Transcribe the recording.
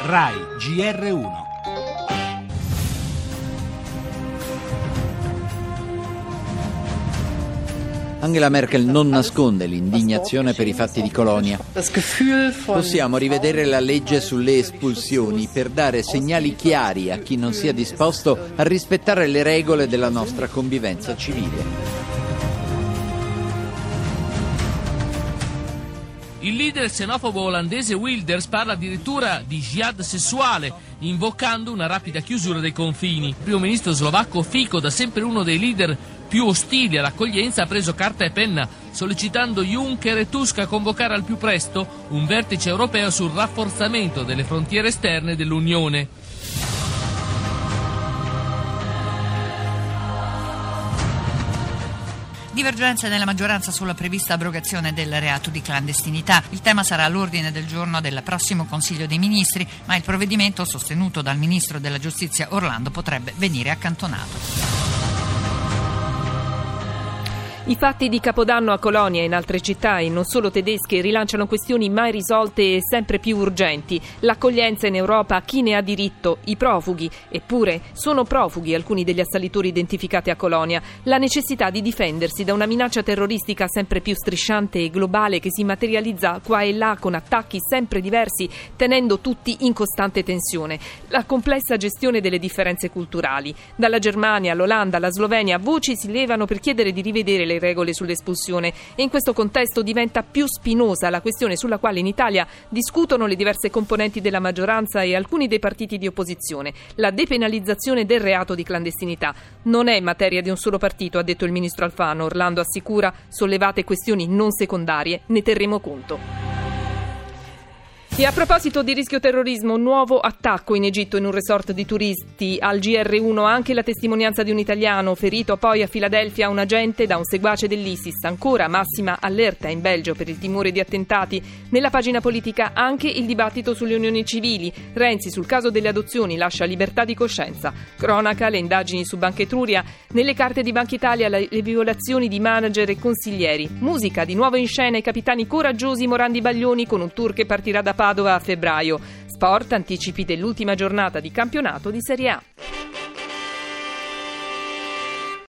RAI GR1. Angela Merkel non nasconde l'indignazione per i fatti di Colonia. Possiamo rivedere la legge sulle espulsioni per dare segnali chiari a chi non sia disposto a rispettare le regole della nostra convivenza civile. Il leader xenofobo olandese Wilders parla addirittura di jihad sessuale, invocando una rapida chiusura dei confini. Il primo ministro slovacco Fico, da sempre uno dei leader più ostili all'accoglienza, ha preso carta e penna, sollecitando Juncker e Tusk a convocare al più presto un vertice europeo sul rafforzamento delle frontiere esterne dell'Unione. Divergenze nella maggioranza sulla prevista abrogazione del reato di clandestinità. Il tema sarà all'ordine del giorno del prossimo Consiglio dei Ministri, ma il provvedimento, sostenuto dal Ministro della Giustizia Orlando, potrebbe venire accantonato. I fatti di Capodanno a Colonia e in altre città, e non solo tedesche, rilanciano questioni mai risolte e sempre più urgenti. L'accoglienza in Europa a chi ne ha diritto? I profughi. Eppure sono profughi alcuni degli assalitori identificati a Colonia. La necessità di difendersi da una minaccia terroristica sempre più strisciante e globale che si materializza qua e là con attacchi sempre diversi, tenendo tutti in costante tensione. La complessa gestione delle differenze culturali. Dalla Germania all'Olanda alla Slovenia voci si levano per chiedere di rivedere le regole sull'espulsione, e in questo contesto diventa più spinosa la questione sulla quale in Italia discutono le diverse componenti della maggioranza e alcuni dei partiti di opposizione: la depenalizzazione del reato di clandestinità. Non è materia di un solo partito, ha detto il ministro Alfano. Orlando assicura: sollevate questioni non secondarie, ne terremo conto. E a proposito di rischio terrorismo, un nuovo attacco in Egitto in un resort di turisti. Al GR1 anche la testimonianza di un italiano ferito poi a Filadelfia, un agente da un seguace dell'ISIS. Ancora massima allerta in Belgio per il timore di attentati. Nella pagina politica anche il dibattito sulle unioni civili. Renzi sul caso delle adozioni lascia libertà di coscienza. Cronaca, le indagini su Banca Etruria. Nelle carte di Banca Italia le violazioni di manager e consiglieri. Musica, di nuovo in scena i capitani coraggiosi Morandi Baglioni con un tour che partirà da Padova a febbraio. Sport, anticipi dell'ultima giornata di campionato di Serie A.